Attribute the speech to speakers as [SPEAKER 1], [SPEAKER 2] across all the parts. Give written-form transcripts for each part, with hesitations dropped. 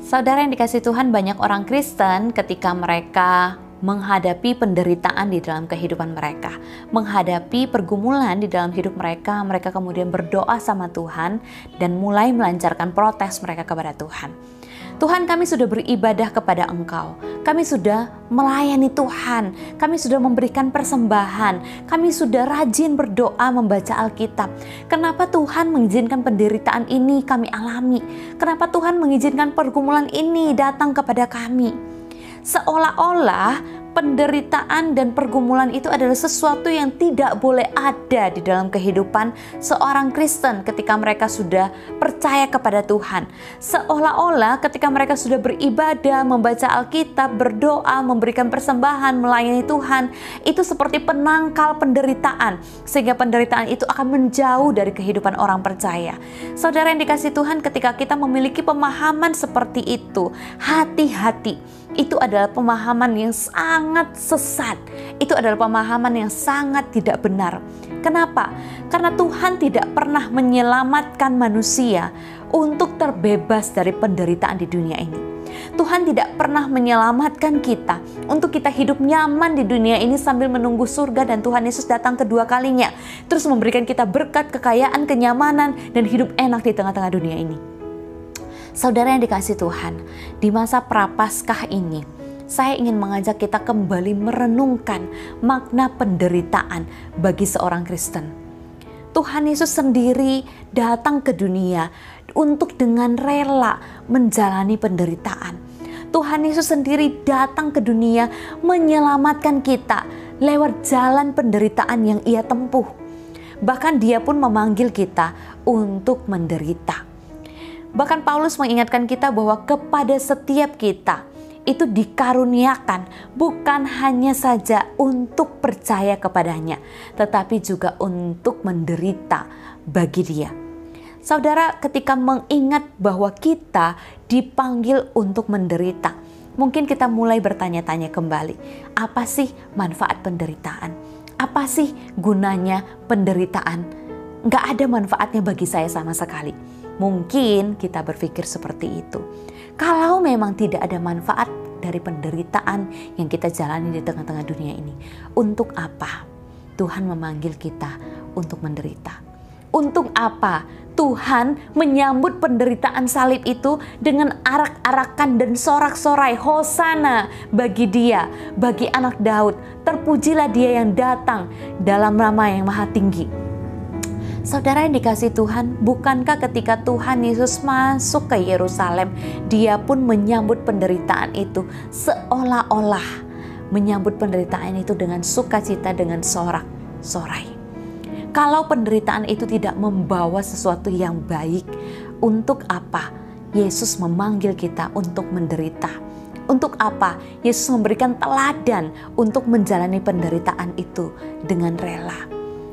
[SPEAKER 1] Saudara yang dikasihi Tuhan, banyak orang Kristen ketika mereka menghadapi penderitaan di dalam kehidupan mereka, menghadapi pergumulan di dalam hidup mereka, mereka kemudian berdoa sama Tuhan dan mulai melancarkan protes mereka kepada Tuhan. Tuhan, kami sudah beribadah kepada Engkau, kami sudah melayani Tuhan, kami sudah memberikan persembahan, kami sudah rajin berdoa membaca Alkitab. Kenapa Tuhan mengizinkan penderitaan ini kami alami? Kenapa Tuhan mengizinkan pergumulan ini datang kepada kami? Seolah-olah penderitaan dan pergumulan itu adalah sesuatu yang tidak boleh ada di dalam kehidupan seorang Kristen ketika mereka sudah percaya kepada Tuhan. Seolah-olah ketika mereka sudah beribadah, membaca Alkitab, berdoa, memberikan persembahan, melayani Tuhan, itu seperti penangkal penderitaan, sehingga penderitaan itu akan menjauh dari kehidupan orang percaya. Saudara yang dikasihi Tuhan, ketika kita memiliki pemahaman seperti itu, hati-hati. Itu adalah pemahaman yang sangat sesat. Itu adalah pemahaman yang sangat tidak benar. Kenapa? Karena Tuhan tidak pernah menyelamatkan manusia untuk terbebas dari penderitaan di dunia ini. Tuhan tidak pernah menyelamatkan kita untuk kita hidup nyaman di dunia ini sambil menunggu surga dan Tuhan Yesus datang kedua kalinya, terus memberikan kita berkat, kekayaan, kenyamanan, dan hidup enak di tengah-tengah dunia ini. Saudara yang dikasihi Tuhan, di masa Prapaskah ini, saya ingin mengajak kita kembali merenungkan makna penderitaan bagi seorang Kristen. Tuhan Yesus sendiri datang ke dunia untuk dengan rela menjalani penderitaan. Tuhan Yesus sendiri datang ke dunia menyelamatkan kita lewat jalan penderitaan yang Ia tempuh. Bahkan Dia pun memanggil kita untuk menderita. Bahkan Paulus mengingatkan kita bahwa kepada setiap kita itu dikaruniakan bukan hanya saja untuk percaya kepadanya, tetapi juga untuk menderita bagi Dia. Saudara, ketika mengingat bahwa kita dipanggil untuk menderita, mungkin kita mulai bertanya-tanya kembali, apa sih manfaat penderitaan? Apa sih gunanya penderitaan? Nggak ada manfaatnya bagi saya sama sekali. Mungkin kita berpikir seperti itu. Kalau memang tidak ada manfaat dari penderitaan yang kita jalani di tengah-tengah dunia ini, untuk apa Tuhan memanggil kita untuk menderita? Untuk apa Tuhan menyambut penderitaan salib itu dengan arak-arakan dan sorak-sorai, Hosana bagi Dia, bagi anak Daud, terpujilah Dia yang datang dalam nama yang maha tinggi. Saudara yang dikasihi Tuhan, bukankah ketika Tuhan Yesus masuk ke Yerusalem, Dia pun menyambut penderitaan itu seolah-olah menyambut penderitaan itu dengan sukacita, dengan sorak-sorai. Kalau penderitaan itu tidak membawa sesuatu yang baik, untuk apa Yesus memanggil kita untuk menderita? Untuk apa Yesus memberikan teladan untuk menjalani penderitaan itu dengan rela?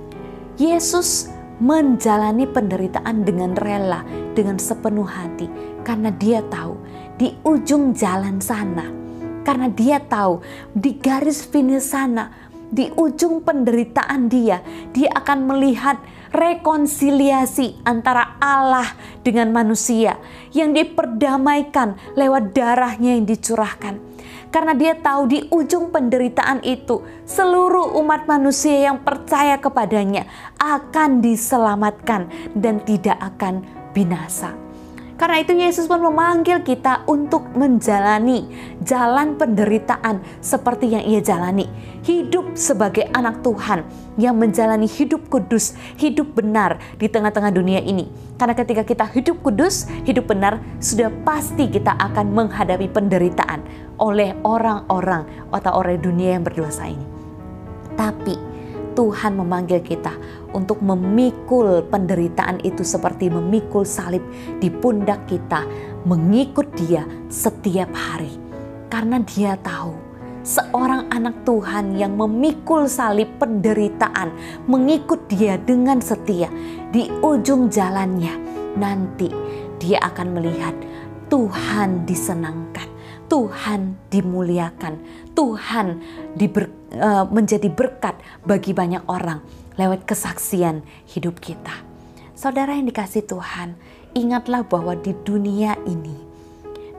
[SPEAKER 1] Yesus menjalani penderitaan dengan rela, dengan sepenuh hati, karena Dia tahu di ujung jalan sana, karena Dia tahu di garis finish sana, di ujung penderitaan Dia akan melihat rekonsiliasi antara Allah dengan manusia yang diperdamaikan lewat darahnya yang dicurahkan. Karena Dia tahu di ujung penderitaan itu seluruh umat manusia yang percaya kepadanya akan diselamatkan dan tidak akan binasa. Karena itu Yesus pun memanggil kita untuk menjalani jalan penderitaan seperti yang Ia jalani. Hidup sebagai anak Tuhan yang menjalani hidup kudus, hidup benar di tengah-tengah dunia ini. Karena ketika kita hidup kudus, hidup benar, sudah pasti kita akan menghadapi penderitaan oleh orang-orang atau oleh dunia yang berdosa ini. Tapi Tuhan memanggil kita untuk memikul penderitaan itu seperti memikul salib di pundak kita, mengikut Dia setiap hari. Karena Dia tahu seorang anak Tuhan yang memikul salib penderitaan, mengikut Dia dengan setia, di ujung jalannya nanti dia akan melihat Tuhan disenangkan, Tuhan dimuliakan, Tuhan menjadi berkat bagi banyak orang lewat kesaksian hidup kita. Saudara yang dikasihi Tuhan, ingatlah bahwa di dunia ini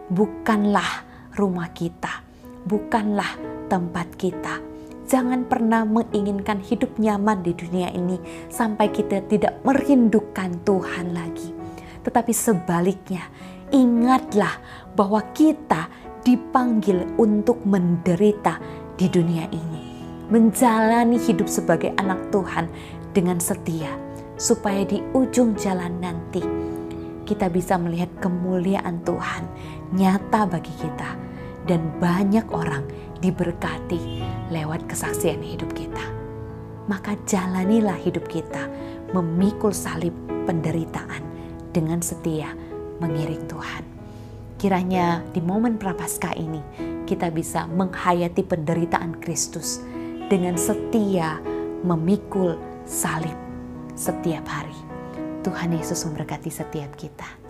[SPEAKER 1] bukanlah rumah kita, bukanlah tempat kita. Jangan pernah menginginkan hidup nyaman di dunia ini sampai kita tidak merindukan Tuhan lagi. Tetapi sebaliknya, ingatlah bahwa kita dipanggil untuk menderita di dunia ini, menjalani hidup sebagai anak Tuhan dengan setia, supaya di ujung jalan nanti kita bisa melihat kemuliaan Tuhan nyata bagi kita, dan banyak orang diberkati lewat kesaksian hidup kita. Maka jalanilah hidup kita memikul salib penderitaan dengan setia mengiring Tuhan. Kiranya di momen Prapaskah ini kita bisa menghayati penderitaan Kristus dengan setia memikul salib setiap hari. Tuhan Yesus memberkati setiap kita.